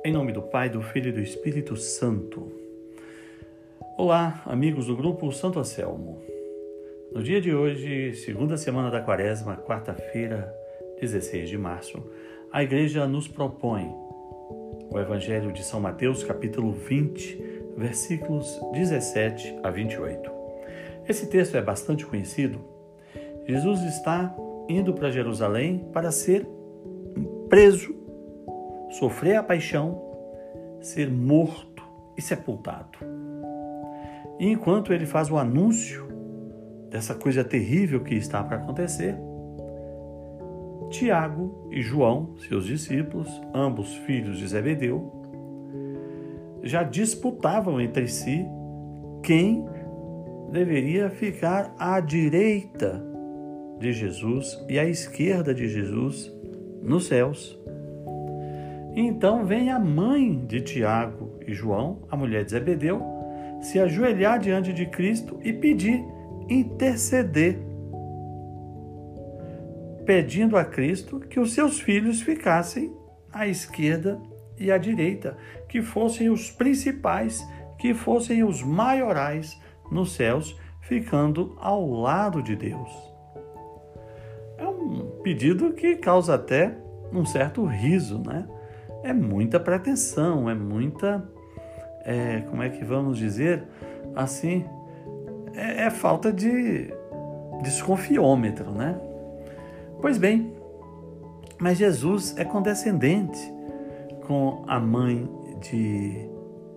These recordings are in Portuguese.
Em nome do Pai, do Filho e do Espírito Santo. Olá, amigos do grupo Santo Anselmo. No dia de hoje, segunda semana da Quaresma, quarta-feira, 16 de março, a Igreja nos propõe o Evangelho de São Mateus, capítulo 20, versículos 17 a 28. Esse texto é bastante conhecido. Jesus está indo para Jerusalém para ser preso, sofrer a paixão, ser morto e sepultado. E enquanto ele faz o anúncio dessa coisa terrível que está para acontecer, Tiago e João, seus discípulos, ambos filhos de Zebedeu, já disputavam entre si quem deveria ficar à direita de Jesus e à esquerda de Jesus nos céus. E então vem a mãe de Tiago e João, a mulher de Zebedeu, se ajoelhar diante de Cristo e pedir, interceder, pedindo a Cristo que os seus filhos ficassem à esquerda e à direita, que fossem os principais, que fossem os maiorais nos céus, ficando ao lado de Deus. É um pedido que causa até um certo riso, né? É muita pretensão, é muita, como é que vamos dizer, assim, é falta de desconfiômetro, né? Pois bem, mas Jesus é condescendente com a mãe de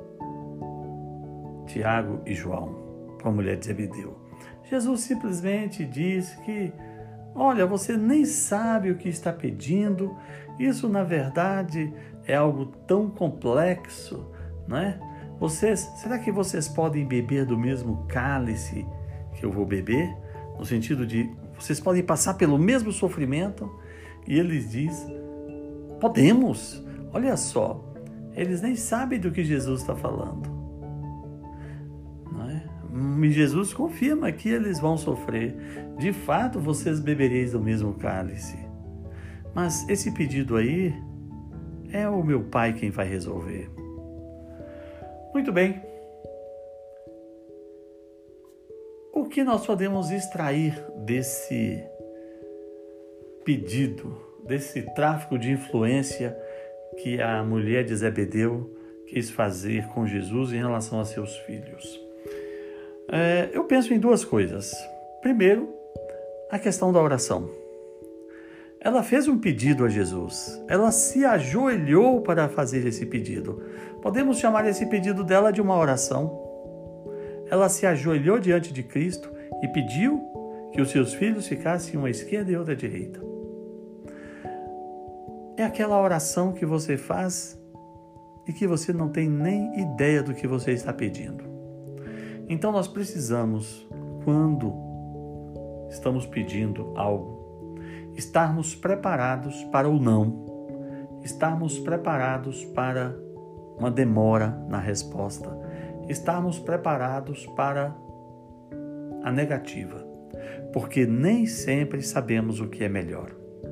Tiago e João, com a mulher de Zebedeu. Jesus simplesmente diz que, olha, você nem sabe o que está pedindo, isso na verdade é algo tão complexo, não é? Será que vocês podem beber do mesmo cálice que eu vou beber? No sentido de, vocês podem passar pelo mesmo sofrimento? E ele diz, podemos. Olha só, eles nem sabem do que Jesus está falando. Não é? E Jesus confirma que eles vão sofrer. De fato, vocês bebereis do mesmo cálice. Mas esse pedido aí é o meu Pai quem vai resolver. Muito bem. O que nós podemos extrair desse pedido, desse tráfico de influência que a mulher de Zebedeu quis fazer com Jesus em relação a seus filhos? Eu penso em duas coisas. Primeiro, a questão da oração. Ela fez um pedido a Jesus. Ela se ajoelhou para fazer esse pedido. Podemos chamar esse pedido dela de uma oração. Ela se ajoelhou diante de Cristo e pediu que os seus filhos ficassem uma à esquerda e outra à direita. É aquela oração que você faz e que você não tem nem ideia do que você está pedindo. Então nós precisamos, quando estamos pedindo algo, estarmos preparados para o não, estarmos preparados para uma demora na resposta, estarmos preparados para a negativa, porque nem sempre sabemos o que é melhor.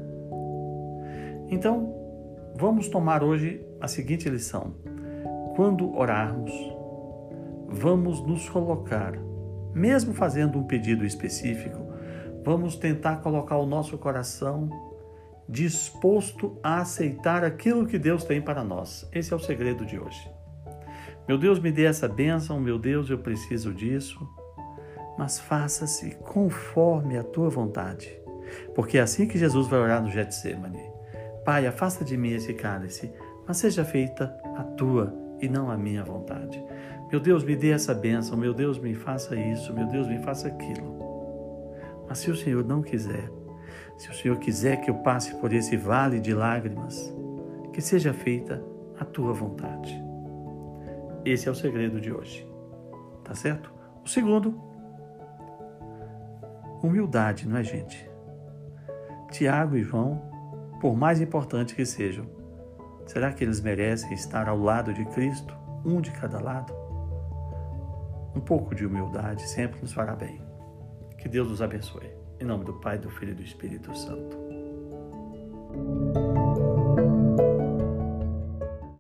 Então, vamos tomar hoje a seguinte lição. Quando orarmos, vamos nos colocar, mesmo fazendo um pedido específico, vamos tentar colocar o nosso coração disposto a aceitar aquilo que Deus tem para nós. Esse é o segredo de hoje. Meu Deus, me dê essa bênção, meu Deus, eu preciso disso, mas faça-se conforme a tua vontade. Porque é assim que Jesus vai orar no Getsemane. Pai, afasta de mim esse cálice, mas seja feita a tua e não a minha vontade. Meu Deus, me dê essa bênção, meu Deus, me faça isso, meu Deus, me faça aquilo. Mas se o Senhor não quiser, se o Senhor quiser que eu passe por esse vale de lágrimas, que seja feita a tua vontade. Esse é o segredo de hoje. Tá certo? O segundo, humildade, não é, gente? Tiago e João, por mais importantes que sejam, será que eles merecem estar ao lado de Cristo, um de cada lado? Um pouco de humildade sempre nos fará bem. Que Deus nos abençoe. Em nome do Pai, do Filho e do Espírito Santo.